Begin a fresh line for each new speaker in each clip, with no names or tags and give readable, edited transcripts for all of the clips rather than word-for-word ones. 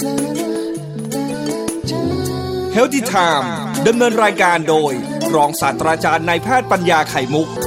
Healthy Time ดำเนินรายการโดยรองศาสตราจารย์นายแพทย์ปัญญาไข่มุก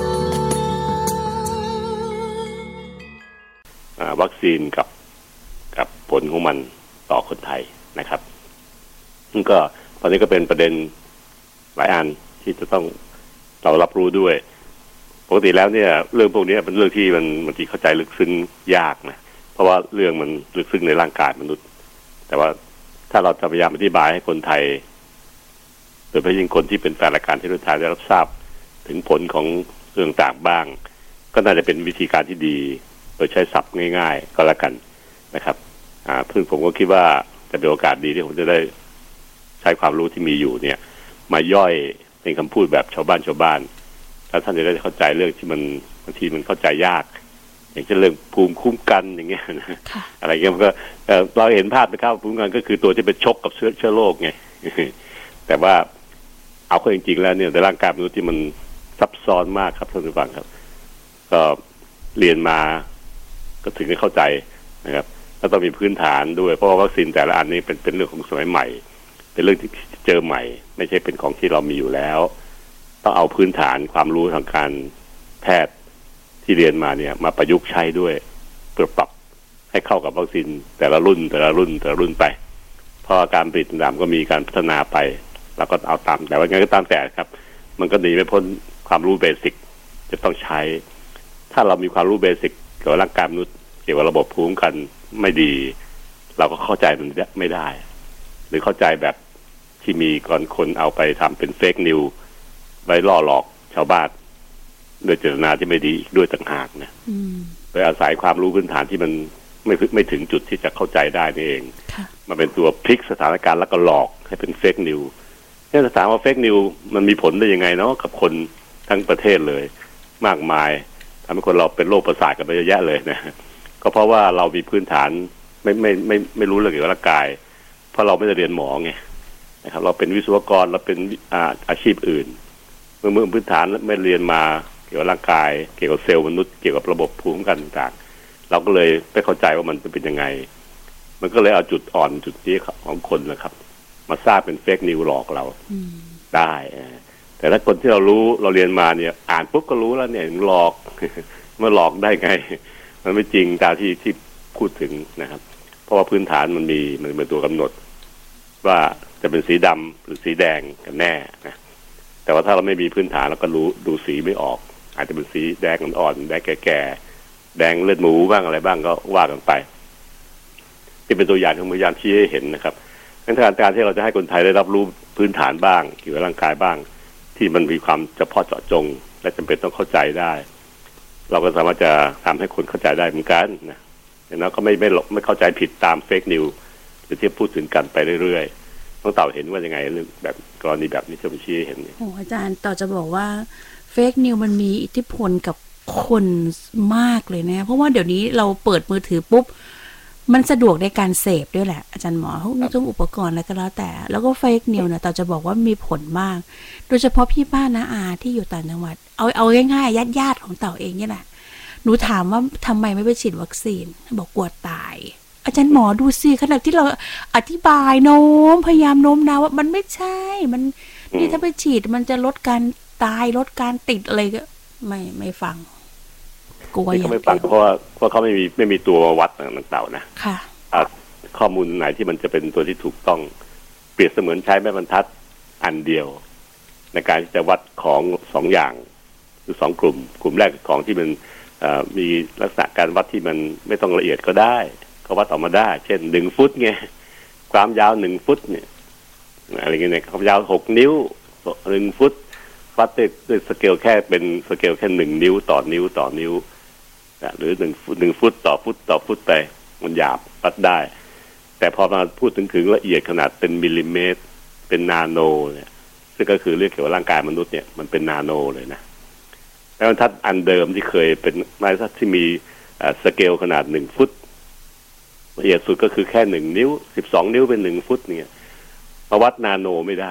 วัคซีนกับผลของมันต่อคนไทยนะครับซึ่งก็ตอนนี้ก็เป็นประเด็นหลายอันที่จะต้องเรารับรู้ด้วยปกติแล้วเนี่ยเรื่องพวกนี้เป็นเรื่องที่มันบางทีเข้าใจลึกซึ้งยากนะเพราะว่าเรื่องมันลึกซึ้งในร่างกายมนุษย์แต่ว่าถ้าเราจะพยายามอธิบายให้คนไทยโดยเฉพาะยิ่งคนที่เป็นแฟนรายการที่รุ่นไทยได้รับทราบถึงผลของเรื่องต่างบ้างก็น่าจะเป็นวิธีการที่ดีโดยใช้ศัพท์ง่ายๆก็แล้วกันนะครับเพื่อนผมก็คิดว่าจะเป็นโอกาสดีที่ผมจะได้ใช้ความรู้ที่มีอยู่เนี่ยมาย่อยเป็นคำพูดแบบชาวบ้านถ้าท่านจะได้เข้าใจเรื่องที่มันบางทีมันเข้าใจยากอย่างเช่นเรื่องภูมิคุ้มกันอย่างเงี้ยนะอะไรเงี้ยมันก็เราเห็นภาพไปครับภูมิคุ้มกันก็คือตัวที่ไปชกกับเชื้อโรคไงแต่ว่าเอาเข้าจริงๆแล้วเนี่ยในร่างกายมนุษย์ที่มันซับซ้อนมากครับท่านผู้ฟังครับก็เรียนมาก็ถึงได้เข้าใจนะครับแล้วต้องมีพื้นฐานด้วยเพราะว่าวัคซีนแต่ละอันนี้เป็นเรื่องของสมัยใหม่เป็นเรื่องที่เจอใหม่ไม่ใช่เป็นของที่เรามีอยู่แล้วต้องเอาพื้นฐานความรู้ทางการแพทย์ที่เรียนมาเนี่ยมาประยุกต์ใช้ด้วยเพื่อปรับให้เข้ากับวัคซีนแต่ละรุ่นไปเพราะการผลิตต่างๆก็มีการพัฒนาไปแล้วก็เอาตามแต่ว่าไงก็ตามแต่ครับมันก็หนีไม่พ้นความรู้เบสิกจะต้องใช้ถ้าเรามีความรู้เบสิกเกี่ยวกับร่างกายมนุษย์เกี่ยวกับระบบภูมิคุ้มกันไม่ดีเราก็เข้าใจมันไม่ได้หรือเข้าใจแบบที่มีก่อนคนเอาไปทำเป็นเฟกนิวไว้ล่อหลอกชาวบ้านโดยเจตนาที่ไม่ดีด้วยต่างหากนะโดยอาศัยความรู้พื้นฐานที่มันไม่ถึงจุดที่จะเข้าใจได้นี่เองมาเป็นตัวพลิกสถานการณ์แล้วก็หลอกให้เป็นเฟกนิวเนี่ยถามว่าเฟกนิวมันมีผลได้ยังไงเนาะกับคนทั้งประเทศเลยมากมายทำให้คนเราเป็นโรคประสาทกันไปเยอะแยะเลยนะก็เพราะว่าเรามีพื้นฐานไม่รู้เรื่องเกี่ยวกับร่างกายเพราะเราไม่ได้เรียนหมอไงนะครับเราเป็นวิศวกรเราเป็นอาชีพอื่นเมื่อพื้นฐานไม่เรียนมาเกี่ยวกับร่างกายเกี่ยวกับเซลล์มนุษย์เกี่ยวกับระบบภูมิคุ้มกันต่างๆเราก็เลยไม่เข้าใจว่ามันเป็นยังไงมันก็เลยเอาจุดอ่อนจุดนี้ของคนนะครับมาสร้างเป็นเฟกนิวหลอกเราได้แต่ถ้าคนที่เรารู้เราเรียนมาเนี่ยอ่านปุ๊บก็รู้แล้วเนี่ยหลอกมาหลอกได้ไงมันไม่จริงตามที่พูดถึงนะครับเพราะว่าพื้นฐานมันเป็นตัวกำหนดว่าจะเป็นสีดำหรือสีแดงกันแน่นะแต่ว่าถ้าเราไม่มีพื้นฐานเราก็ดูสีไม่ออกอาจจะเป็นสีแดงอ่อนๆแดงแก่ๆแดงเลือดหมูบ้างอะไรบ้างก็ว่ากันไปที่เป็นตัวอย่างของพยานที่ให้เห็นนะครับในทางการที่เราจะให้คนไทยได้รับรู้พื้นฐานบ้างเกี่ยวกับร่างกายบ้างที่มันมีความเฉพาะเจาะจงและจำเป็นต้องเข้าใจได้เราก็สามารถจะทำให้คนเข้าใจได้เหมือนกันนะแต่นั้นก็ไม่เข้าใจผิดตามเฟกนิวหรือที่พูดถึงกันไปเรื่อยๆต้องเต่าเห็นว่ายังไงเรื่องแบบกรณีแบบนี้ที่ผมชี้เห็นเนี่ย
อาจารย์ต่อจะบอกว่าเฟกนิวมันมีอิทธิพลกับคนมากเลยนะเพราะว่าเดี๋ยวนี้เราเปิดมือถือปุ๊บมันสะดวกในการเสพด้วยแหละอาจารย์หมอเขามีทุกอุปกรณ์อะไรก็แล้วแต่แล้วก็เฟกนิวเนี่ยต่อจะบอกว่ามีผลมากโดยเฉพาะพี่ป้าน้าอาที่อยู่ต่างจังหวัดเอาง่ายๆญาติของเต่าเองนี่แหละหนูถามว่าทำไมไม่ไปฉีดวัคซีนบอกกลัวตายอาจารย์หมอดูสิขณะที่เราอธิบายพยายามโน้มน้าวว่ามันไม่ใช่มันนี่ถ้าไปฉีดมันจะลดการตายลดการติดอะไรก็ไม่ฟังกลัวอย่าง
ไม่ฟังเพราะเขาไม่มีตัววัดต่างๆนะ
ค่ะ
ข้อมูลไหนที่มันจะเป็นตัวที่ถูกต้องเปรียบเสมือนใช้แม่บรรทัดอันเดียวในการที่จะวัดของ2อย่างคือ2กลุ่มแรกของที่มันมีลักษณะการวัดที่มันไม่ต้องละเอียดก็ได้ก็วัดออกมาได้เช่น1ฟุตไงความยาว1ฟุตเนี่ยอะไรเงี้ยความยาว6นิ้ว1ฟุตวัดด้วยสเกลแค่เป็นสเกลแค่1นิ้วต่อนิ้วหรือ1ฟุตต่อฟุตไปมันหยาบวัดได้แต่พอมาพูดถึงละเอียดขนาดเป็นมิลลิเมตรเป็นนาโนเนี่ยซึ่งก็คือเรื่องเกี่ยวกับร่างกายมนุษย์เนี่ยมันเป็นนาโนเลยนะแล้วบรรทัดอันเดิมที่เคยเป็นบรรทัดที่มีสเกลขนาด1ฟุตละเอียดสุดก็คือแค่1นิ้ว12นิ้วเป็น1ฟุตเนี่ยมาวัดนาโนไม่ได้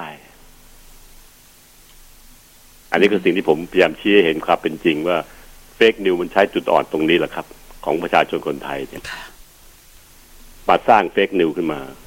อันนี้คือสิ่งที่ผมพยายามชี้ให้เห็นความเป็นจริงว่าเฟกนิวมันใช้จุดอ่อนตรงนี้แหละครับของประชาชนคนไทยเนี่ยมาสร้างเฟกนิวขึ้นมา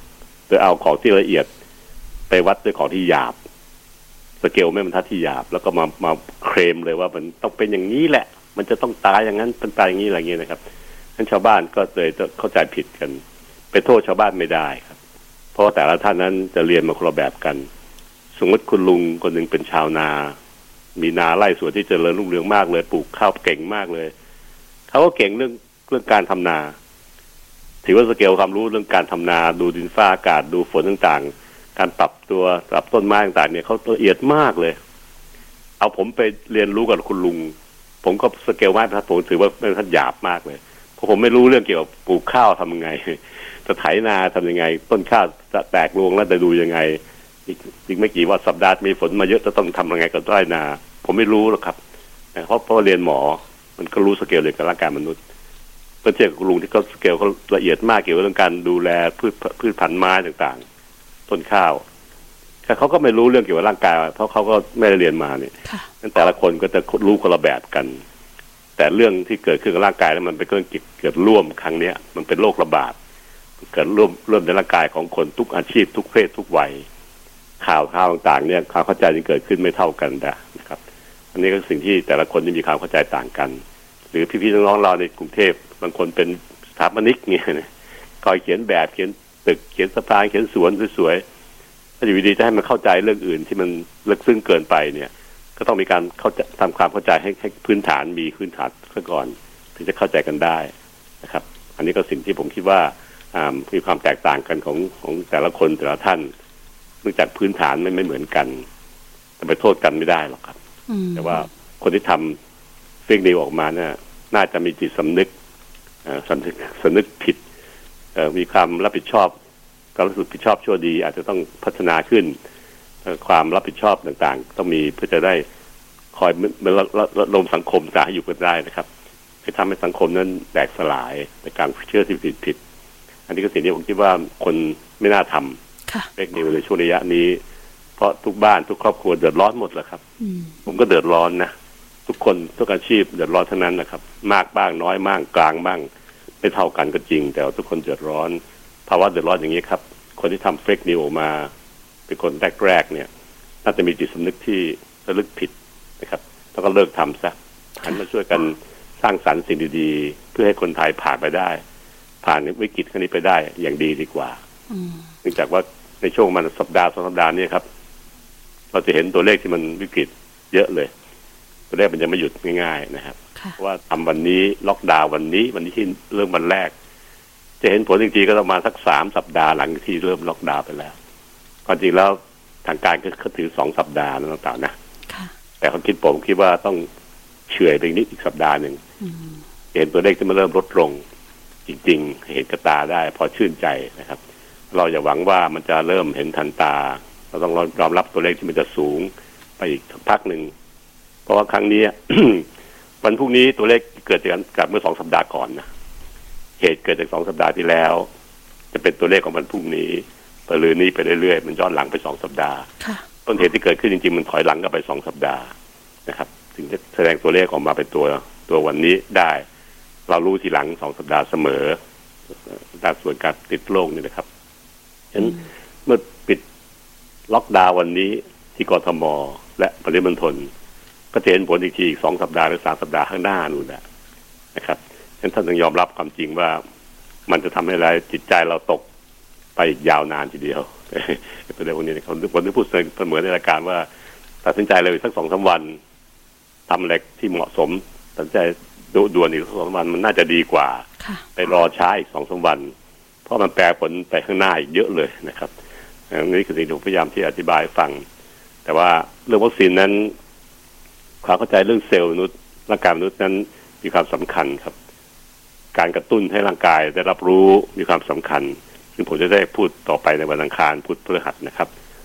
โดยเอาของที่ละเอียดไปวัดด้วยของที่หยาบสเกลไม่บรรทัดที่หยาบแล้วก็มาเคลมเลยว่ามันต้องเป็นอย่างนี้แหละมันจะต้องตายอย่างนั้นเป็นตายอย่างนี้อะไรอย่างนี้นะครับนั้นชาวบ้านก็เลยเข้าใจผิดกันไปโทษชาวบ้านไม่ได้ครับเพราะแต่ละท่านนั้นจะเรียนมาคนละแบบกันสมมติคุณลุงคนหนึ่งเป็นชาวนามีนาไร่สวนที่เจริญรุ่งเรืองมากเลยปลูกข้าวเก่งมากเลยเขาก็เก่งเรื่องการทำนาถือว่าสเกลความรู้เรื่องการทำนาดูดินฟ้าอากาศดูฝนต่างๆการปรับต้นไม้ต่างๆเนี่ยเขาละเอียดมากเลยเอาผมไปเรียนรู้กับคุณลุงผมก็สเกลไม้ผมถือว่าเป็นท่านหยาบมากเลยเพราะผมไม่รู้เรื่องเกี่ยวกับปลูกข้าวทำยังไงจะไถนาทำยังไงต้นข้าวจะแตกรวงแล้วจะดูยังไงอีกไม่กี่วันสัปดาห์มีฝนมาเยอะจะต้องทำยังไงกับไร่นาผมไม่รู้หรอกครับเพราะเรียนหมอมันก็รู้สเกลเลยกับร่างกายมนุษย์เพื่อเทียบกับคุณลุงที่เขาสเกลเขาละเอียดมากเกี่ยวกับเรื่องการดูแลพืชพันธุ์ไม้ต่างๆต้นข้าวแต่เขาก็ไม่รู้เรื่องเกี่ยวกับร่างกายเพราะเขาก็ไม่ได้เรียนมาเนี่ยนั้นแต่ละคนก็จะรู้คนละแบบกันแต่เรื่องที่เกิดขึ้นกับร่างกายแล้วมันเป็นเรื่องเกิดร่วมครั้งนี้มันเป็นโรคระบาดเกิดร่วมในร่างกายของคนทุกอาชีพทุกเพศทุกวัยข่าวต่างๆเนี่ยความเข้าใจที่เกิดขึ้นไม่เท่ากันนะครับอันนี้ก็สิ่งที่แต่ละคนที่มีความเข้าใจต่างกันหรือพี่ๆน้องๆเราในกรุงเทพบางคนเป็นสถาปนิกเนี่ยคอยเขียนแบบเขียนตึกเขียนสะพานเขียนสวนสวยๆถ้าอยู่ดีจะให้มันเข้าใจเรื่องอื่นที่มันลึกซึ้งเกินไปเนี่ยก็ต้องมีการทำความเข้าใจให้พื้นฐานมีพื้นฐานซะก่อนถึงจะเข้าใจกันได้นะครับอันนี้ก็สิ่งที่ผมคิดว่ามีความแตกต่างกันของแต่ละคนแต่ละท่านเนื่องจากพื้นฐานไม่เหมือนกันจะไปโทษกันไม่ได้หรอกครับแต่ว่าคนที่ทำเฟกนิวออกมาเนี่ยน่าจะมีจิตสำนึกผิดมีความรับผิดชอบความรู้สึกผิดชอบชั่วดีอาจจะต้องพัฒนาขึ้นความรับผิดชอบต่างๆต้องมีเพื่อจะได้คอยระดมสังคมจะให้อยู่กันได้นะครับให้ทำให้สังคมนั้นแตกสลายในการเชื่อที่ผิดอันนี้ก็สิ่งที่ผมคิดว่าคนไม่น่าทำเฟกนิวในช่วงระยะนี้เพราะทุกบ้านทุกครอบครัวเดือดร้อนหมดแหละครับผมก็เดือดร้อนนะทุกคนทุกอาชีพเดือดร้อนทั้งนั้นนะครับมากบ้างน้อยบ้างกลางบ้างไม่เท่ากันก็จริงแต่ทุกคนเดือดร้อนภาวะเดือดร้อนอย่างนี้ครับคนที่ทำเฟกนิวออกมาเป็นคนแรกๆเนี่ยน่าจะมีจิตสำนึกที่ระลึกผิดนะครับแล้วก็เลิกทำซะหันมาช่วยกันสร้างสรรค์สิ่งดีๆเพื่อให้คนไทยผ่านไปได้ผ่านวิกฤตครั้งนี้ไปได้อย่างดีดีกว่าเนื่องจากว่าในช่วงมันสัปดาห์2 สัปดาห์นี้ครับเราจะเห็นตัวเลขที่มันวิกฤตเยอะเลยตัวเลขมันจะไม่หยุดง่ายๆนะครับเพราะว่าทำวันนี้ล็อกดาวน์วันนี้ที่เริ่มวันแรกจะเห็นผลจริงๆก็ประมาณสัก3 สัปดาห์หลังที่เริ่มล็อกดาวน์ไปแล้วความจริงแล้วทางการก็ถือ2 สัปดาห์นะต่างๆนะแต่เขาผมคิดว่าต้องเฉื่อยไปนิดอีกสัปดาห์หนึ่งเห็นตัวเลขที่มันเริ่มลดลงจริงๆเห็นกระตาได้พอชื่นใจนะครับเราอย่าหวังว่ามันจะเริ่มเห็นทันตาเราต้องยอมรับตัวเลขที่มันจะสูงไปอีกสักพักหนึ่งเพราะว่าครั้งนี้ วันพรุ่งนี้ตัวเลขเกิดจากเมื่อ2 สัปดาห์ก่อนนะเหตุเกิดจาก2 สัปดาห์ที่แล้วจะเป็นตัวเลขของวันพรุ่งนี้ไปเรื่อยๆไปเรื่อยๆมันย้อนหลังไป2 สัปดาห์ต้นเหตุที่เกิดขึ้นจริงๆมันถอยหลังกลับไป2 สัปดาห์นะครับถึงจะแสดงตัวเลขออกมาเป็นตัววันนี้ได้เรารู้ทีหลัง2 สัปดาห์เสมอด้านส่วนการติดโรคนี่นะครับฉะนั้นเมื่อปิดล็อกดาวน์วันนี้ที่กทมและปริมณฑลก็จะเห็นผลอีกที2 สัปดาห์หรือ3 สัปดาห์ข้างหน้านู่นแหละนะครับฉะนั้นท่านต้องยอมรับความจริงว่ามันจะทำให้จิตใจเราตกไปอีกยาวนานทีเดียวประเด็นพวกนี้เขาคนที่พูดเสมอในรายการว่าตัดสินใจเลยสัก2-3 วันทำอะไรที่เหมาะสมตัดสินใจด่วนอีก2-3 วันมันน่าจะดีกว่าไปรอช้าอีก2-3 วันเพราะมันแปรผลไปข้างหน้าอีกเยอะเลยนะครับนี่คือสิ่งที่ผมพยายามที่อธิบายฟังแต่ว่าเรื่องวัคซีนนั้นความเข้าใจเรื่องเซลล์มนุษย์ร่างกายมนุษย์นั้นมีความสำคัญครับการกระตุ้นให้ร่างกายได้รับรู้มีความสำคัญซึ่งผมจะได้พูดต่อไปในวันอังคารพุธพฤหัสนะครับ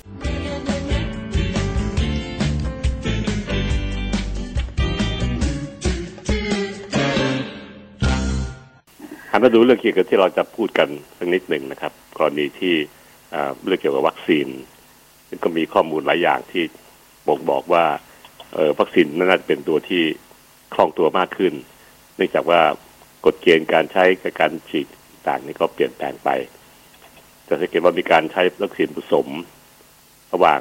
หันมาดูเรื่องเกี่ยวกับที่เราจะพูดกันสักนิดหนึ่งนะครับกรณีที่เรื่องเกี่ยวกับวัคซีนซึ่งก็มีข้อมูลหลายอย่างที่บอกว่าวัคซีนน่าจะเป็นตัวที่คล่องตัวมากขึ้นเนื่องจากว่ากฎเกณฑ์การใช้กับการฉีดต่างนี่ก็เปลี่ยนแปลงไปจะสังเกตว่ามีการใช้วัคซีนผสมระหว่าง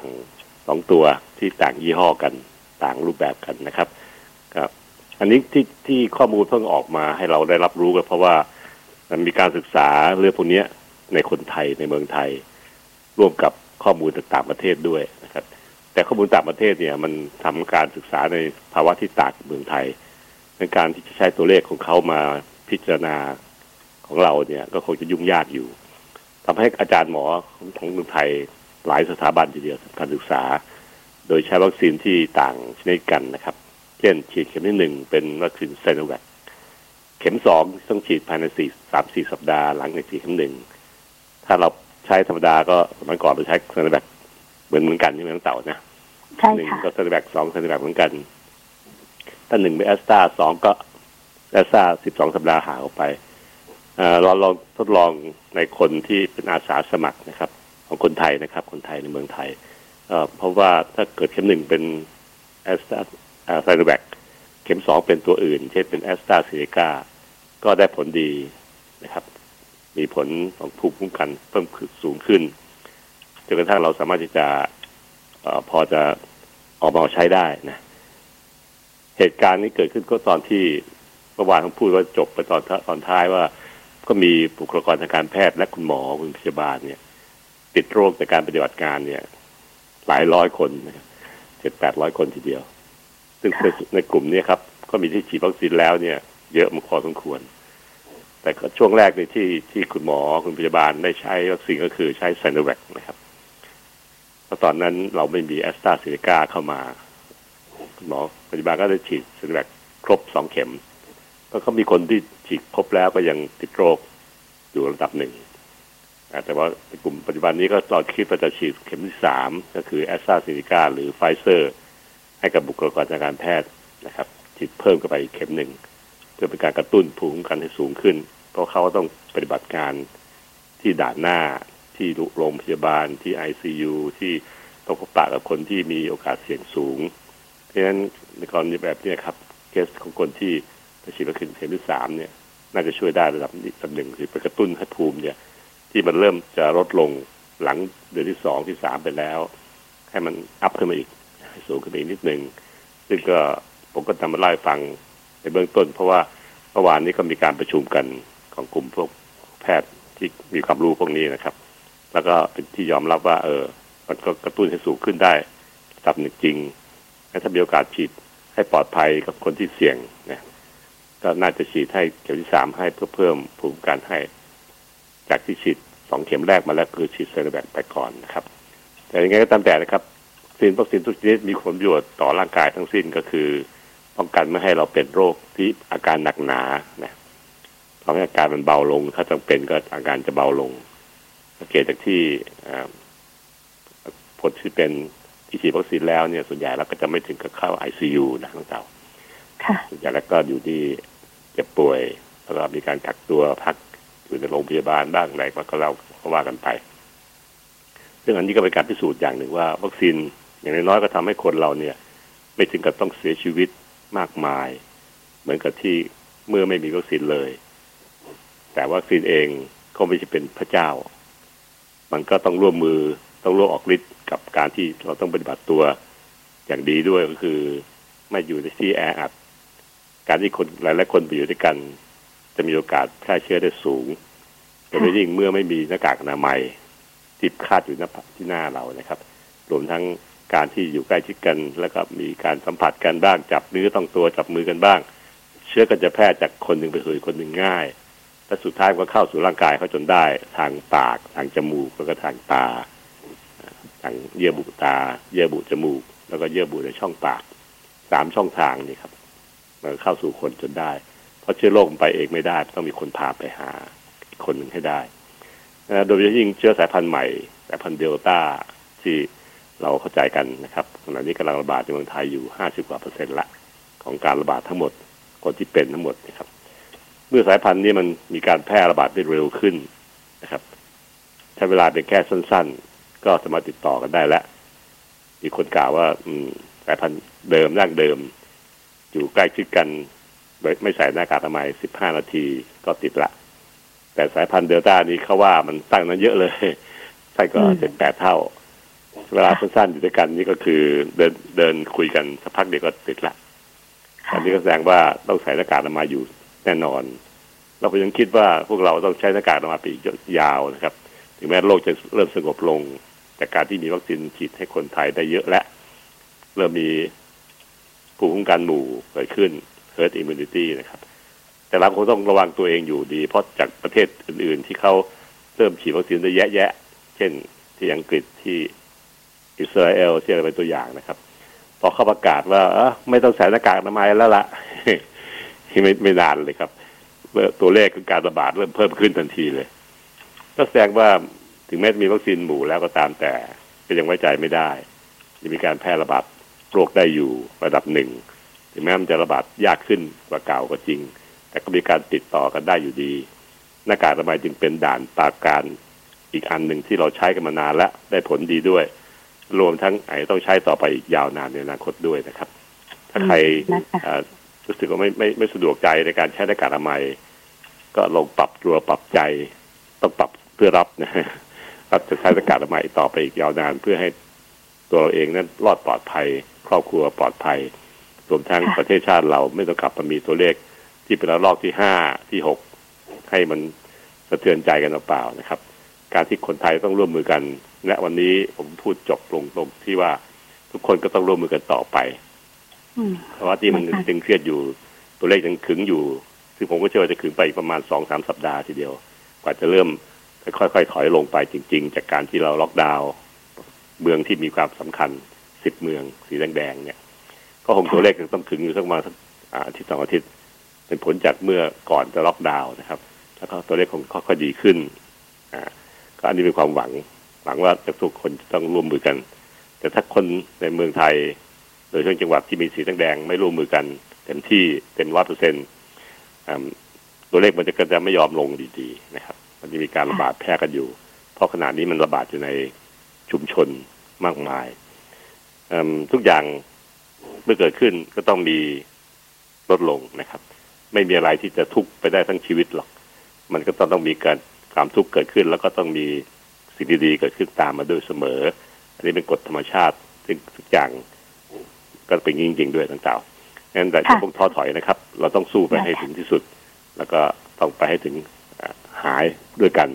2ตัวที่ต่างยี่ห้อกันต่างรูปแบบกันนะครับครับอันนี้ที่ข้อมูลเพิ่งออกมาให้เราได้รับรู้กันเพราะว่ามันมีการศึกษาเรื่องพวกนี้ในคนไทยในเมืองไทยร่วมกับข้อมูลจากต่างประเทศด้วยนะครับแต่ข้อมูลต่างประเทศเนี่ยมันทำการศึกษาในภาวะที่ต่างกับเมืองไทยในการที่จะใช้ตัวเลขของเขามาพิจารณาของเราเนี่ยก็คงจะยุ่งยากอยู่ทำให้อาจารย์หมอของเมืองไทยหลายสถาบันทีเดียวทำการศึกษาโดยใช้วัคซีนที่ต่างชนิดกันนะครับเช่นฉีดเข็มที่1เป็นวัคซีนไซโนแวคเข็ม2ต้องฉีดภายใน3-4 สัปดาห์หลังจากฉีดเข็ม1ถ้าเราใช้ธรรมดาก็เมื่อก่อนเราใช้ไซโนแวคเหมือนกันใช่ไหมน้องเต่านะ
ใช่ค่ะ
1ก็ไซโนแวค2ไซโนแวคเหมือนกันถ้า1เป็นแอสตรา2ก็แอสตรา12 สัปดาห์ห่างออกไปเราลองทดลองในคนที่เป็นอาสาสมัครนะครับของคนไทยนะครับคนไทยในเมืองไทยเพราะว่าถ้าเกิดเข็ม1เป็นแอสตราไซโนแวคเข็ม2เป็นตัวอื่นเช่นเป็นแอสตราเซเนกาก็ได้ผลดีนะครับมีผลของภูมิคุ้มกันเพิ่มสูงขึ้นจนกระทั่งเราสามารถที่จะพอจะออกมาใช้ได้นะเหตุการณ์นี้เกิดขึ้นก็ตอนที่เมื่อวานผมพูดว่าจบไปตอนท้ายว่าก็มีบุคลากรทางการแพทย์และคุณหมอคุณพยาบาลเนี่ยติดโรคจากการปฏิบัติการเนี่ยหลายร้อยคนนะครับ700-800 คนทีเดียวซึ่งในกลุ่มนี้ครับก็มีที่ฉีดวัคซีนแล้วเนี่ยเยอะมาพอสมควรแต่ช่วงแรกในที่คุณหมอคุณพยาบาลได้ใช้วัคซีนก็คือใช้ไซโนแวคนะครับเพราะตอนนั้นเราไม่มีแอสตราเซเนกาเข้ามาคุณหมอพยาบาลก็ได้ฉีดไซโนแวคครบ2 เข็มก็เขามีคนที่ฉีดครบแล้วก็ยังติดโรคอยู่ระดับหนึ่งแต่ว่าในกลุ่มปัจจุบันนี้ก็เราคิดว่าจะฉีดเข็มที่3ก็คือแอสตราเซเนกาหรือไฟเซอร์ให้กับบุคลากรทางการแพทย์นะครับฉีดเพิ่มเข้าไปอีกเข็ม1เพื่อเป็นการกระตุ้นภูมิคุ้มกันให้สูงขึ้นเพราะเขาต้องปฏิบัติการที่ด่านหน้าที่โรงพยาบาลที่ ICU ที่ต้องพบปะกับคนที่มีโอกาสเสี่ยงสูงเพราะฉะนั้นในกรณีแบบนี้ครับเคสของคนที่ฉีดวัคซีนเข็มที่3เนี่ยน่าจะช่วยได้ระดับหนึ่งคือไปกระตุ้นให้ภูมิเนี่ยที่มันเริ่มจะลดลงหลังเดือนที่2ที่3ไปแล้วให้มันอัพขึ้นมาอีกให้สูงขึ้นไปอีกนิดนึงซึ่งก็ผมก็นำมาเล่าให้ฟังในเบื้องต้นเพราะว่าเมื่อวานนี้ก็มีการประชุมกันของกลุ่มพวกแพทย์ที่มีความรู้พวกนี้นะครับแล้วก็เป็นที่ยอมรับว่ามันก็กระตุ้นให้สูงขึ้นได้ระดับหนึ่งจริงและถ้ามีโอกาสฉีดให้ปลอดภัยกับคนที่เสี่ยงนะก็น่าจะฉีดให้เข็มที่3ให้เพื่อเพิ่มภูมิคุ้มกันให้จากที่ฉีด2 เข็มแรกมาแล้วคือฉีดไซโนแวคไปก่อนนะครับแต่ยังไงก็ตามแต่นะครับวัคซีนทุกชนิดมีผลประโยชน์ต่อร่างกายทั้งสิ้นก็คือป้องกันไม่ให้เราเป็นโรคที่อาการหนักหนานะทำให้อาการมันเบาลงถ้าจำเป็นก็อาการจะเบาลงสังเกตจากที่ผลที่เป็นที่ฉีดวัคซีนแล้วเนี่ยส่วนใหญ่แล้วก็จะไม่ถึงกับเข้า ICU นะน้องเต่าส่วนใหญ่แล้วก็อยู่ที่เจ็บป่วยแล้วก็มีการกักตัวพักอยู่ในโรงพยาบาลบ้างอะไรก็เราก็ว่ากันไปซึ่งอันนี้ก็เป็นการพิสูจน์อย่างหนึ่งว่าวัคซีนอย่างน้อยๆก็ทำให้คนเราเนี่ยไม่ถึงกับต้องเสียชีวิตมากมายเหมือนกับที่เมื่อไม่มีวัคซีนเลยแต่วัคซีนเองก็ไม่ใช่เป็นพระเจ้ามันก็ต้องร่วมมือต้องร่วมออกฤทธิ์กับการที่เราต้องปฏิบัติตัวอย่างดีด้วยก็คือไม่อยู่ในที่แออัดการที่คนหลายๆคนไปอยู่ด้วยกันจะมีโอกาสแพร่เชื้อได้สูงโดยเฉพาะยิ่งเมื่อไม่มีหน้ากากอนามัยที่คาดอยู่ที่หน้าเรานะครับรวมทั้งการที่อยู่ใกล้ชิดกันแล้วก็มีการสัมผัสกันบ้างจับเนื้อต้องตัวจับมือกันบ้างเชื้อก็จะแพร่จากคนหนึ่งไปสู่คนหนึ่งง่ายและสุดท้ายก็เข้าสู่ร่างกายเขาจนได้ทางปากทางจมูกแล้วก็ทางตาทางเยื่อบุตาเยื่อบุจมูกแล้วก็เยื่อบุในช่องปาก3 ช่องทางนี่ครับมันเข้าสู่คนจนได้เพราะเชื้อโรคมันไปเองไม่ได้ต้องมีคนพาไปหาอีกคนหนึ่งให้ได้โดยเฉพาะยิ่งเชื้อสายพันธุ์ใหม่สายพันธุ์เดลต้าที่เราเข้าใจกันนะครับขณะนี้กำลังระบาดในเมืองไทยอยู่50%ละของการระบาดทั้งหมดคนที่เป็นทั้งหมดนะครับเมื่อสายพันธุ์นี้มันมีการแพร่ระบาดได้เร็วขึ้นนะครับใช้เวลาเป็นแค่สั้นๆก็สามารถติดต่อกันได้แล้วมีคนกล่าวว่าสายพันธุ์เดิมดั้งเดิมอยู่ใกล้ชิดกันโดยไม่ใส่หน้ากากอนามัย15 นาทีก็ติดละแต่สายพันธุ์เดลต้านี้เขาว่ามันตั้งนั้นเยอะเลยใช่ก็7-8 เท่าเวลาสั้นๆอยู่ด้วยกันนี่ก็คือเดินคุยกันสักพักเดียวก็ติดละอันนี้ก็แสดงว่าต้องใส่หน้ากากอนามัยอยู่แน่นอนเราก็ยังคิดว่าพวกเราต้องใช้หน้ากากอนามัยไปอีกยาวนะครับถึงแม้โลกจะเริ่มสงบลงจากการที่มีวัคซีนฉีดให้คนไทยได้เยอะและเริ่มมีภูมิคุ้มกันหมู่เกิดขึ้น herd immunity นะครับแต่เราคงต้องระวังตัวเองอยู่ดีเพราะจากประเทศอื่นๆที่เขาเริ่มฉีดวัคซีนได้แยะเช่นที่อังกฤษที่อิสราเอลที่อะไรเป็นตัวอย่างนะครับพอเขาประกาศว่าไม่ต้องใส่หน้ากากอนามัยแล้วล่ะ ไม่นานเลยครับตัวเลขการระบาดเริ่มเพิ่มขึ้นทันทีเลยก็แสดงว่าถึงแม้มีวัคซีนหมู่แล้วก็ตามแต่ก็ยังไว้ใจไม่ได้จะมีการแพร่ระบาดโรคได้อยู่ระดับหนึ่งถึงแม้มันจะระบาดยากขึ้นกว่าเก่าก็จริงแต่ก็มีการติดต่อกันได้อยู่ดีหน้ากากอนามัยจึงเป็นด่านปราการอีกอันหนึ่งที่เราใช้กันมานานและได้ผลดีด้วยรวมทั้งไอ้ต้องใช้ต่อไปอีกยาวนานในอนาคตด้วยนะครับถ้าใครรู้สึกว่าไม่สะดวกใจในการใช้หน้ากากอนามัยก็ลองปรับตัวปรับใจต้องปรับเพื่อรับนะรับจะใช้หน้ากากอนามัยต่อไปอีกยาวนานเพื่อให้ตัวเราเองนั้นรอดปลอดภัยครอบครัวปลอดภัยรวมทั้งประเทศชาติเราไม่ต้องกลับมามีตัวเลขที่เป็นระลอกที่5ที่6ให้มันสะเทือนใจกันเปล่าๆนะครับการที่คนไทยต้องร่วมมือกันและวันนี้ผมพูดจบลงตรงที่ว่าทุกคนก็ต้องร่วมมือกันต่อไปเพราะว่าที่มันตึงเครียดอยู่ตัวเลขยังขึงอยู่ซึ่งผมก็เชื่อว่าจะขึงไปประมาณ 2-3 สัปดาห์ทีเดียวกว่าจะเริ่มค่อยๆถอยลงไปจริงๆจากการที่เราล็อกดาวน์เมืองที่มีความสำคัญ10เมืองสีแดงๆเนี่ยก็คงตัวเลขต้องขึงอยู่สักประมาณอาทิตย์2 อาทิตย์เป็นผลจากเมื่อก่อนจะล็อกดาวน์นะครับแล้วก็ตัวเลขคงค่อยๆดีขึ้นก็อันนี้เป็นความหวังว่าทุกคนจะต้องร่วมมือกันแต่ถ้าคนในเมืองไทยโดยเฉพาะจังหวัดที่มีสีแดงๆไม่ร่วมมือกันเต็มที่เต็ม 100%ตัวเลขมันจะไม่ยอมลงดีๆนะครับมันจะมีการระบาดแพร่กันอยู่เพราะขณะนี้มันระบาดอยู่ในชุมชนมากมายทุกอย่างเมื่อเกิดขึ้นก็ต้องมีลดลงนะครับไม่มีอะไรที่จะทุกข์ไปได้ทั้งชีวิตหรอกมันก็ต้องมีความทุกข์เกิดขึ้นแล้วก็ต้องมีสิ่งดีๆเกิดขึ้นตามมาด้วยเสมออันนี้เป็นกฎธรรมชาติซึ่งทุกอย่างก็เป็นจริงๆด้วยต่างๆงั้นแต่จะพวกท้อถอยนะครับเราต้องสู้ไปให้ถึงที่สุดแล้วก็ต้องไปให้ถึงหายด้วยกัน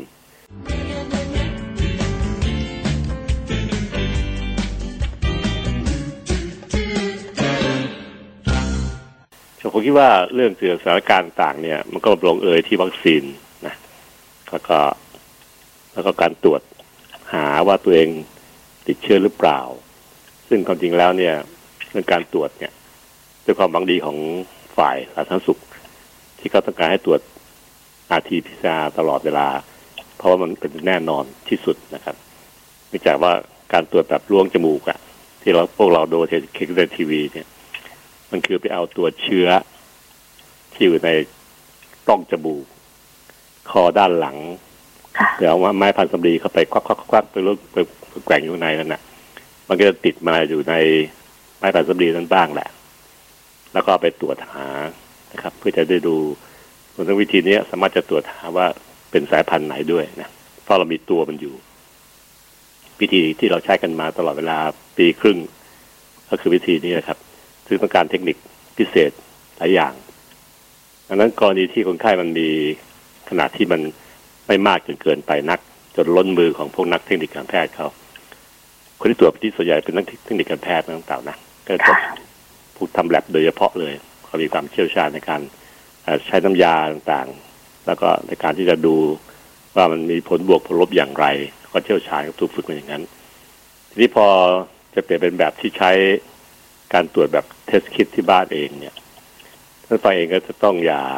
ผมคิดว่าเรื่องเกี่ยวกับสถานการณ์ต่างเนี่ยมันก็ลงเอยที่วัคซีนนะแล้วก็การตรวจหาว่าตัวเองติดเชื้อหรือเปล่าซึ่งความจริงแล้วเนี่ยเรื่องการตรวจเนี่ยด้วยความหวังดีของฝ่ายสาธารณสุขที่เขาต้องการให้ตรวจ RT-PCR ตลอดเวลาเพราะว่ามันเป็นแน่นอนที่สุดนะครับเนื่องจากว่าการตรวจแบบล้วงจมูกอะที่พวกเราดูในทีวีเนี่ยมันคือไปเอาตัวเชื้อที่อยู่ในปล้องจมูกคอด้านหลังเดี๋ยวไม้พันสำลีเข้าไปควักไปแกว่งอยู่ในนั้นน่ะมันก็จะติดมาอยู่ในไม้พันสำลีนั้นบ้างแหละแล้วก็ไปตรวจหานะครับเพื่อจะได้ดูส่วนวิธีนี้สามารถจะตรวจหาว่าเป็นสายพันธุ์ไหนด้วยนะเพราะเรามีตัวมันอยู่วิธีที่เราใช้กันมาตลอดเวลาปีครึ่งก็คือวิธีนี้นะครับซึ่งต้องการเทคนิคพิเศษหลายอย่างดังนั้นกรณีที่คนไข้มันมีขนาดที่มันไม่มากจนเกินไปนักจนล้นมือของพวกนักเทคนิคการแพทย์เขาคนที่ตรวจที่ส่วนใหญ่เป็นนักเทคนิคการแพทย์ต่างๆนะก็จะผู้ทำแลบโดยเฉพาะเลยเขามีความเชี่ยวชาญในการใช้น้ำยาต่างๆแล้วก็ในการที่จะดูว่ามันมีผลบวกผลลบอย่างไรก็เชี่ยวชาญกับถูกฝึกมาอย่างนั้นทีนี้พอจะเปลี่ยนเป็นแบบที่ใช้การตรวจแบบเทสคิทที่บ้านเองเนี่ยท่านฝ่ายเองก็จะต้องอย่า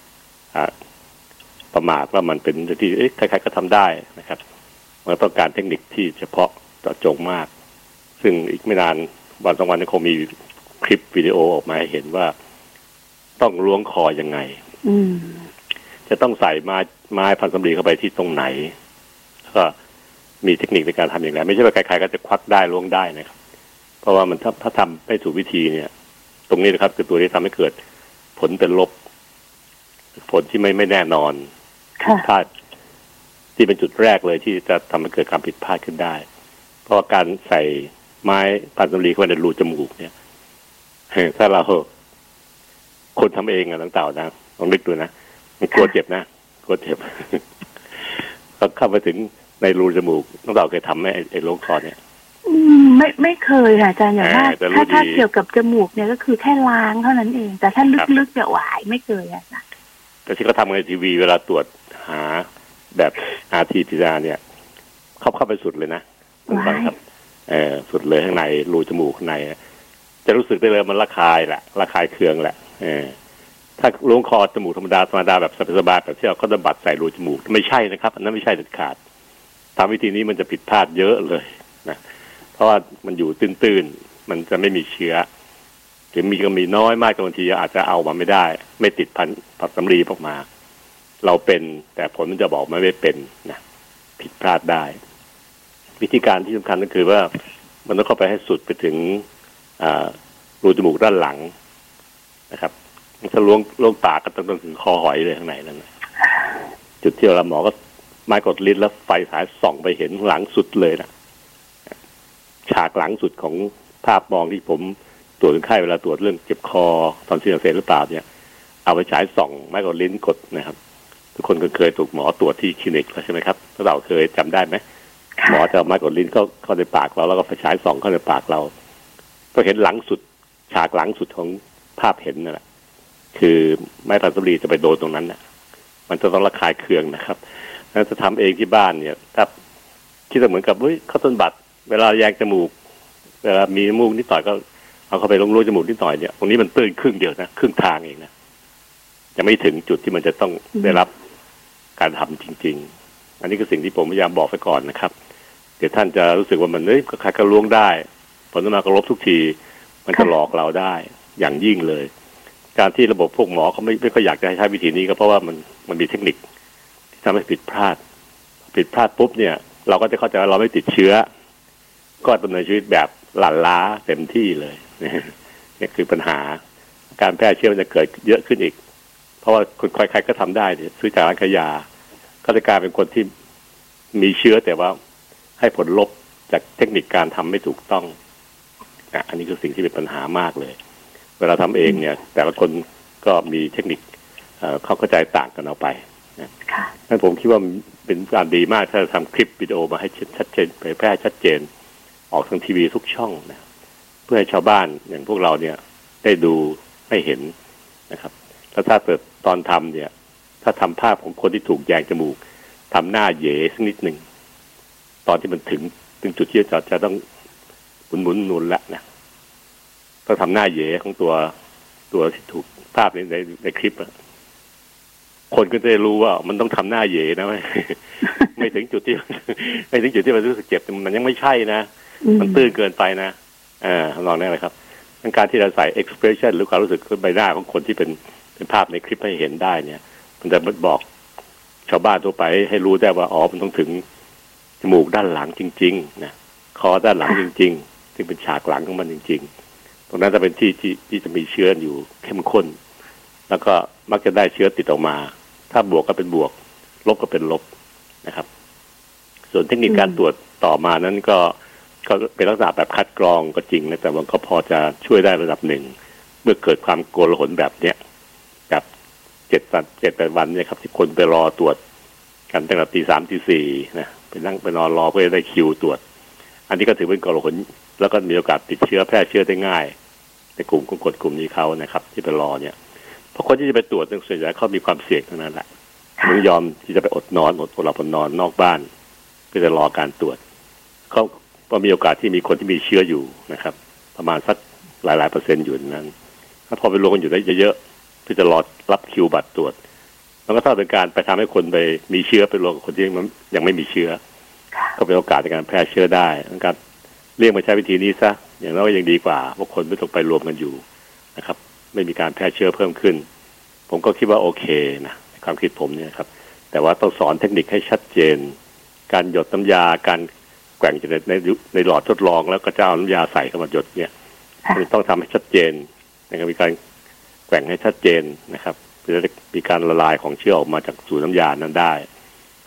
ประมาทว่ามันเป็นที่ใครๆก็ทำได้นะครับมันต้องการเทคนิคที่เฉพาะเจาะจงมากซึ่งอีกไม่นานวัน2 วันนี้คงมีคลิปวิดีโอออกมาให้เห็นว่าต้องล้วงคอยังไงจะต้องใส่ไม้พันสำลีเข้าไปที่ตรงไหนก็มีเทคนิคในการทำอย่างไรไม่ใช่ว่าใครๆก็จะควักได้ล้วงได้นะครับเพราะว่ามันถ้าทำไม่ถูกวิธีเนี่ยตรงนี้นะครับคือตัวที่ทำให้เกิดผลเป็นลบผลที่ไม่แน่นอนที่เป็นจุดแรกเลยที่จะทำให้เกิดการผิดพลาดขึ้นได้เพราะการใส่ไม้พันสำลีเข้าไปในรูจมูกเนี่ยถ้าเราคนทำเองอะต่างๆนะลองนึกดูนะมันกลัวเจ็บนะกลัวเจ็บก็เข้าไปถึงในรูจมูกต้องเราเคยทำไหมไอ้โรคคอเนี่ย
ไม่เคยค่ะอาจารย์อย่างมากถ้าเกี่ยวกับจมูกเนี่ยก็คือแค่ล้างเท่านั้นเองแต่ถ้าลึกๆจะหวายไม่เคยอ่ะจ้ะ
แต่ที่เขาทำในทีวีเวลาตรวจหาแบบ RT-PCR เนี่ยเข้าไปสุดเลยนะคุณฟังครับสุดเลยข้างในรูจมูกข้างในจะรู้สึกได้เลยมันระคายเคืองแหละถ้าล้วงคอจมูกธรรมดาแบบสบายๆแบบที่เราก็จะบัดใส่รูจมูกไม่ใช่นะครับอันนั้นไม่ใช่เด็ดขาดทำวิธีนี้มันจะผิดพลาดเยอะเลยนะเพราะว่ามันอยู่ตื้นๆมันจะไม่มีเชื้อหรือมีก็มีน้อยมากบางทีอาจจะเอามาไม่ได้ไม่ติดผัดสำลีออกมาเราเป็นแต่ผลมันจะบอกไม่เป็นนะผิดพลาดได้วิธีการที่สำคัญก็คือว่ามันต้องเข้าไปให้สุดไปถึงรูจมูกด้านหลังนะครับถ้าล้วงปากก็ต้องถึงคอหอยเลยข้างในนั่นจุดที่เราหมอก็ไม้กดลิ้นแล้วไฟฉายส่องไปเห็นหลังสุดเลยนะฉากหลังสุดของภาพมองที่ผมตรวจคนไข้เวลาตรวจเรื่องเจ็บคอตอนเสียเสร็จหรือเปล่าเนี่ยเอาไปฉายส่องไม้กดลิ้นกดนะครับทุกคนก็เคยถูกหมอตรวจที่คลินิกใช่ไหมครับถ้าเราเคยจำได้ไหมหมอจะเอาไม้กดลิ้นเข้าในปากเราแล้วก็ไปฉายส่องเข้าในปากเราก็เห็นหลังสุดฉากหลังสุดของภาพเห็นนั่นแหละคือไม้พันสำลีจะไปโดนตรงนั้นน่ะมันจะต้องระคายเคืองนะครับถ้าจะทำเองที่บ้านเนี่ยถ้าคิดเหมือนกับข้าวต้นบัตรเวลาแยงจมูกเวลามีมูกนิดหน่อยก็เอาเข้าไปลงรูจมูกนิดหน่อยเนี่ยตรงนี้มันตื้นครึ่งเดียวนะครึ่งทางเองนะยังไม่ถึงจุดที่มันจะต้องได้รับการทำจริงๆอันนี้คือสิ่งที่ผมพยายามบอกไปก่อนนะครับเดี๋ยวท่านจะรู้สึกว่ามันก็ใครก็ล้วงได้ผลออกมาก็ลบทุกทีมันจะหลอกเราได้อย่างยิ่งเลยการที่ระบบพวกหมอเขาไม่ค่อยอยากจะให้ใช้วิธีนี้ก็เพราะว่ามันมีเทคนิคที่ทำให้ผิดพลาดปุ๊บเนี่ยเราก็จะเข้าใจว่าเราไม่ติดเชื้อก็ดำเนินชีวิตแบบหลั่นล้าเต็มที่เลยนี่คือปัญหาการแพร่เชื้อมันจะเกิดเยอะขึ้นอีกเพราะว่าคนใครๆก็ทำได้เนี่ยซื้อจากร้านขายยาก็จะกลายเป็นคนที่มีเชื้อแต่ว่าให้ผลลบจากเทคนิคการทำไม่ถูกต้องอันนี้คือสิ่งที่เป็นปัญหามากเลยเวลาทำเองเนี่ยแต่ละคนก็มีเทคนิคเข้าใจต่างกันเอาไปนั่นผมคิดว่าเป็นการดีมากถ้าทำคลิปวิดีโอมาให้ชัดเจนเผยแพร่ชัดเจนออกทางทีวีทุกช่องนะเพื่อให้ชาวบ้านอย่างพวกเราเนี่ยได้ดูได้เห็นนะครับแล้วถ้าเกิดตอนทำเนี่ยถ้าทำภาพของคนที่ถูกแยงจมูกทำหน้าเหย่สักนิดหนึ่งตอนที่มันถึงจุดที่จะต้องหมุนแล้วนะต้องทำหน้าเหย่ของตัวที่ถูกภาพในคลิปคนก็จะรู้ว่ามันต้องทำหน้าเหย่นะไม่ถึงจุดที่มันรู้สึกเจ็บมันยังไม่ใช่นะมันตื้นเกินไปนะลองได้เลยครับการที่เราใส่ expression หรือความรู้สึกใบหน้าของคนที่เป็นภาพในคลิปให้เห็นได้เนี่ยมันจะบอกชาวบ้านทั่วไปให้รู้ได้ว่ามันต้องถึงจมูกด้านหลังจริงๆนะคอด้านหลังจริงๆซึ่งเป็นฉากหลังของมันจริงๆตรงนั้นจะเป็นที่จะมีเชื้ออยู่เข้มข้นแล้วก็มักจะได้เชื้อติดออกมาถ้าบวกก็เป็นบวกลบก็เป็นลบนะครับส่วนเทคนิคการตรวจต่อมานั้นก็เป็นลักษณะแบบคัดกรองก็จริงนะแต่มันก็พอจะช่วยได้ระดับหนึ่งเมื่อเกิดความโกลาหลแบบเนี้ยแบบ7-8 วันเนี่ยครับที่คนไปรอตรวจกันตั้งแต่ตี 3 ตี 4นะไปนั่งไปนอนรอเพื่อได้คิวตรวจอันนี้ก็ถือเป็นโกลาหลแล้วก็มีโอกาสติดเชื้อแพร่เชื้อได้ง่ายในกลุ่มของคนกลุ่มนี้เขานะครับที่ไปรอเนี่ยเพราะคนที่จะไปตรวจส่วนใหญ่เขามีความเสี่ยงทั้งนั้นแหละไม่ยอมที่จะไปอดหลับอดนอนนอกบ้านเพื่อจะรอการตรวจเขาก็มีโอกาสที่มีคนที่มีเชื้ออยู่นะครับประมาณสักหลายเปอร์เซ็นต์อยู่นั้นถ้าพอไปรวมกันอยู่ได้เยอะๆเพื่อจะรอรับคิวบัตรตรวจมันก็เท่าเป็นการไปทำให้คนไปมีเชื้อไปรวมกับคนที่ยังไม่มีเชื้อก็เป็นโอกาสในการแพร่เชื้อได้การเลี่ยงมาใช้วิธีนี้ซะอย่างน้อยยังดีกว่าพวกคนไม่ต้องไปรวมกันอยู่นะครับไม่มีการแพร่เชื้อเพิ่มขึ้นผมก็คิดว่าโอเคนะความคิดผมเนี่ยครับแต่ว่าต้องสอนเทคนิคให้ชัดเจนการหยดน้ำยาการแกว่งในหลอดทดลองแล้วก็จะเอาน้ำยาใส่เข้ามาหยดเนี่ยต้องทำให้ชัดเจนนะครับมีการแกว่งให้ชัดเจนนะครับเพื่อจะมีการละลายของเชื้อออกมาจากสูตรน้ำยานั้นได้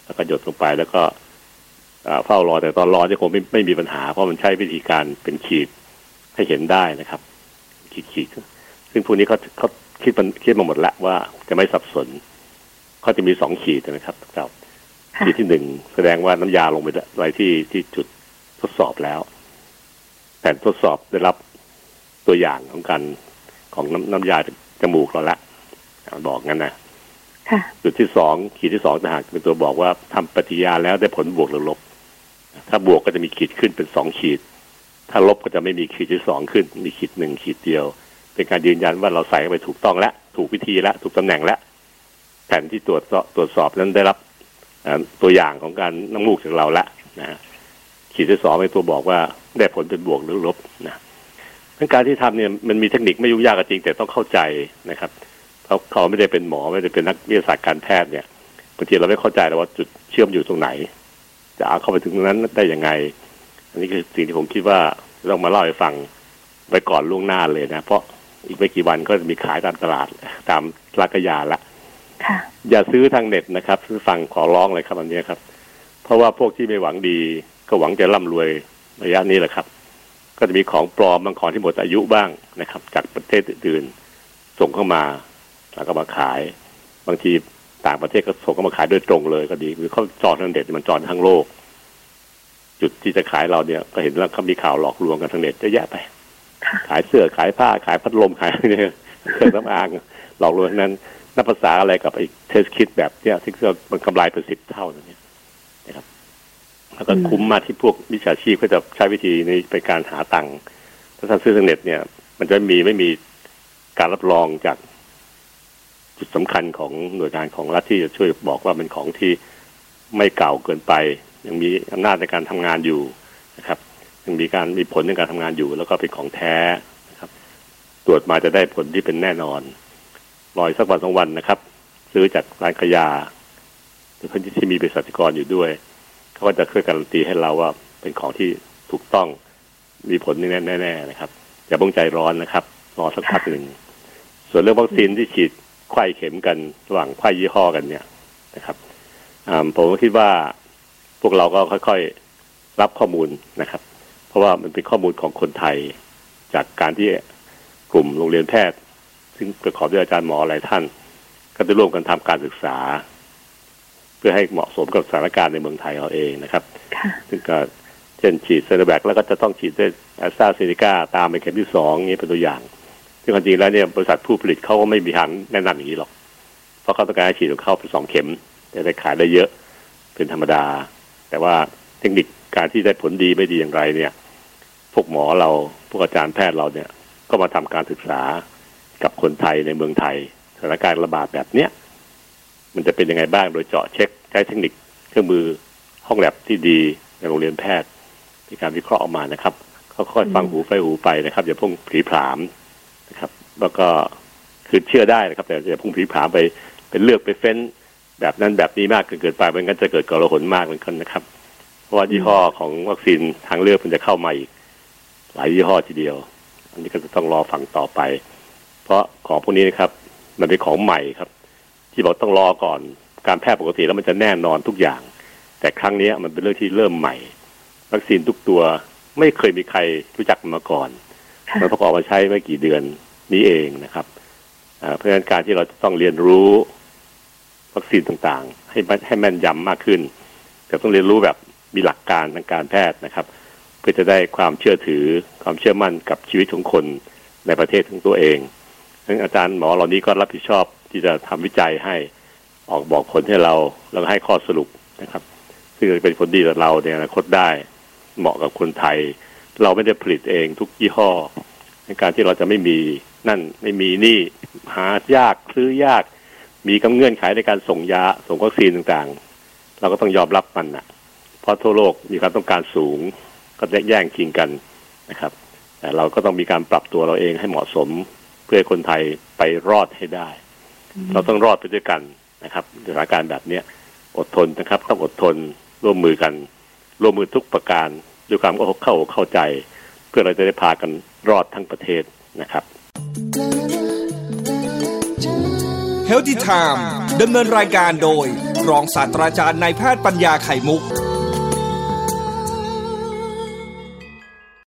แล้วก็หยดลงไปแล้วก็เฝ้ารอแต่ตอนรอจะคงไม่มีปัญหาเพราะมันใช้วิธีการเป็นขีดให้เห็นได้นะครับขีดซึ่งพวกนี้เขาคิดมาหมดแล้วว่าจะไม่สับสนเขาจะมี2ขีดนะครับครับขีดที่1แสดงว่าน้ำยาลงไปที่จุดทดสอบแล้วแผ่นทดสอบได้รับตัวอย่างของน้ำยาจมูกเราละบอกงั้นนะจุดที่2ขีดที่2ต่างหากเป็นตัวบอกว่าทำปฏิกิริยาแล้วได้ผลบวกหรือลบถ้าบวกก็จะมีขีดขึ้นเป็น2ขีดถ้าลบก็จะไม่มีขีดที่2ขึ้นมีขีด1ขีดเดียวเป็นการยืนยันว่าเราใส่เข้าไปถูกต้องและถูกวิธีและถูกตำแหน่งและแผ่นที่ตรวจสอบนั้นได้รับตัวอย่างของการน้ำมูกจากเราละนะขีดที่2เป็นตัวบอกว่าได้ผลเป็นบวกหรือลบนะการที่ทำเนี่ยมันมีเทคนิคไม่ยุ่งยากจริงแต่ต้องเข้าใจนะครับเขาไม่ได้เป็นหมอไม่ได้เป็นนักวิทยาศาสตร์การแพทย์เนี่ยบางทีเราไม่เข้าใจว่าจุดเชื่อมอยู่ตรงไหนจะเอาเข้าไปถึงตรงนั้นได้ยังไงอันนี้คือสิ่งที่ผมคิดว่าต้องมาเล่าให้ฟังไว้ก่อนล่วงหน้าเลยนะเพราะอีกไม่กี่วันก็จะมีขายตามตลาดตามร้านยาละอย่าซื้อทางเน็ตนะครับซื้อฟังขอร้องเลยครับอันนี้ครับเพราะว่าพวกที่ไม่หวังดีก็หวังจะร่ำรวยระยะนี้แหละครับก็จะมีของปลอมบางของที่หมดอายุบ้างนะครับจากประเทศอื่นส่งเข้ามาแล้วก็มาขายบางทีต่างประเทศก็ส่งเข้ามาขายโดยตรงเลยก็ดีหรือเขาจองทางเน็ตมันจองทั้งโลกจุดที่จะขายเราเนี่ยก็เห็นแล้วเขามีข่าวหลอกลวงกันทางเน็ตเยอะแยะไปขายเสื้อขายผ้าขายพัดลมขายเนี่ยเครื่องสำอางหลอกลวงนั้นนับภาษาอะไรกับไอ้เทสคิดแบบเนี้ยที่มันกำไรเป็น10 เท่าเนี่ยนะครับแล้วก็คุ้มมากที่พวกมิจฉาชีพก็จะใช้วิธีนี้เป็นการหาตังค์ถ้าท่านซื้อทางเน็ตเนี่ยมันจะไม่มีการรับรองจากจุดสำคัญของหน่วยงานของรัฐที่จะช่วยบอกว่าเป็นของที่ไม่เก่าเกินไปยังมีอำนาจในการทำงานอยู่นะครับยังมีผลในการทำงานอยู่แล้วก็เป็นของแท้นะครับตรวจมาจะได้ผลที่เป็นแน่นอนรอสักวัน2 วันนะครับซื้อจากร้านขายยาหรือคนที่มีเภสัชกรอยู่ด้วยเขาก็จะช่วยการันตีให้เราว่าเป็นของที่ถูกต้องมีผลแน่ๆนะครับอย่าเพิ่งใจร้อนนะครับรอสักพักหนึ่งส่วนเรื่องวัคซีนที่ฉีดไข้เข็มกันระหว่างไข้ยี่ห้อกันเนี่ยนะครับผมก็คิดว่าพวกเราก็ค่อยๆรับข้อมูลนะครับเพราะว่ามันเป็นข้อมูลของคนไทยจากการที่กลุ่มโรงเรียนแพทย์ซึ่งประกอบด้วยอาจารย์หมอหลายท่านก็จะร่วมกันทำการศึกษาเพื่อให้เหมาะสมกับสถานการณ์ในเมืองไทยเราเองนะครับซึ่งก็เช่นฉีดเซโนแวคแล้วก็จะต้องฉีดด้วยแอสตราเซเนกาตามไปเข็มที่2นี้เป็นตัวอย่างซึ่งจริงๆแล้วเนี่ยบริษัทผู้ผลิตเขาก็ไม่มีทางแนะนำอย่างนี้หรอกเพราะเขาต้องการให้ฉีดของเขาเป็น2 เข็มจะได้ขายได้เยอะเป็นธรรมดาแต่ว่าเทคนิคการที่ได้ผลดีไม่ดีอย่างไรเนี่ยพวกหมอเราพวกอาจารย์แพทย์เราเนี่ยก็มาทำการศึกษากับคนไทยในเมืองไทยสถานการณ์ระบาดแบบเนี้ยมันจะเป็นยังไงบ้างโดยเจาะเช็คใช้เทคนิคเครื่องมือห้องแลบที่ดีในโรงเรียนแพทย์ในการวิเคราะห์ออกมานะครับค่อยๆฟังหูไฟหูไปนะครับอย่าพุ่งผีผามนะครับแล้วก็คือเชื่อได้นะครับแต่อย่าพุ่งผีผามไปเป็นเลือกไปเฟ้นแบบนั้นแบบนี้มากเกินไปไม่งั้นจะเกิดกลาหลมากเหมือนกันนะครับเพราะว่ายี่ห้อของวัคซีนทางเลือกมันจะเข้ามาอีกหลายยี่ห้อทีเดียวอันนี้ก็จะต้องรอฟังต่อไปเพราะของพวกนี้นะครับมันเป็นของใหม่ครับที่บอกต้องรอก่อนการแพทย์ปกติแล้วมันจะแน่นอนทุกอย่างแต่ครั้งนี้มันเป็นเรื่องที่เริ่มใหม่วัคซีนทุกตัวไม่เคยมีใครรู้จักมาก่อนมันประกอบมาใช้ไม่กี่เดือนนี้เองนะครับเพราะฉะนั้นการที่เราจะต้องเรียนรู้วัคซีนต่างๆให้แม่นยำมากขึ้นแต่ต้องเรียนรู้แบบมีหลักการทางการแพทย์นะครับเพื่อจะได้ความเชื่อถือความเชื่อมั่นกับชีวิตของคนในประเทศของตัวเองดังนั้นอาจารย์หมอเหล่านี้ก็รับผิดชอบที่จะทำวิจัยให้ออกบอกผลให้เราแล้วก็ให้ข้อสรุปนะครับซึ่งจะเป็นผลดีกับเราในอนาคตได้เหมาะกับคนไทยเราไม่ได้ผลิตเองทุกยี่ห้อในการที่เราจะไม่มีนั่นไม่มีนี่หายากซื้อยากมีกำเงื่อนไขในการส่งยาส่งวัคซีนต่างๆเราก็ต้องยอมรับมันนะเพราะทั่วโลกมีความต้องการสูงก็จะแย่งชิงกันนะครับแต่เราก็ต้องมีการปรับตัวเราเองให้เหมาะสมเพื่อให้คนไทยไปรอดให้ได้เราต้องรอดไปด้วยกันนะครับสถานการณ์แบบนี้อดทนนะครับต้องอดทนร่วมมือกันร่วมมือทุกประการด้วยความเข้าใจเพื่อเราจะได้พากันรอดทั้งประเทศนะครับ
Healthy Time ดำเนินรายการโดยรองศาสตราจารย์นายแพทย์ปัญญาไข่มุก